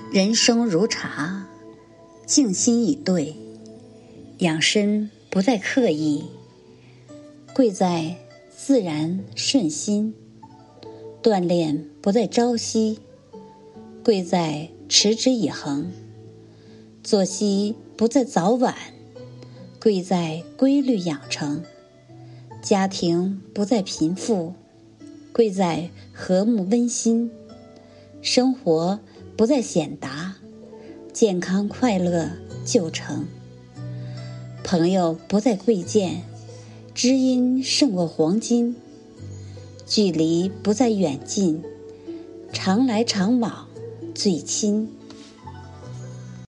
人生如茶，静心以对，养生不在刻意，贵在自然顺心；锻炼不在朝夕，贵在持之以恒；作息不在早晚，贵在规律养成；家庭不在贫富，贵在和睦温馨；生活不在显达，健康快乐就成；朋友不在贵贱，知音胜过黄金；距离不在远近，常来常往最亲。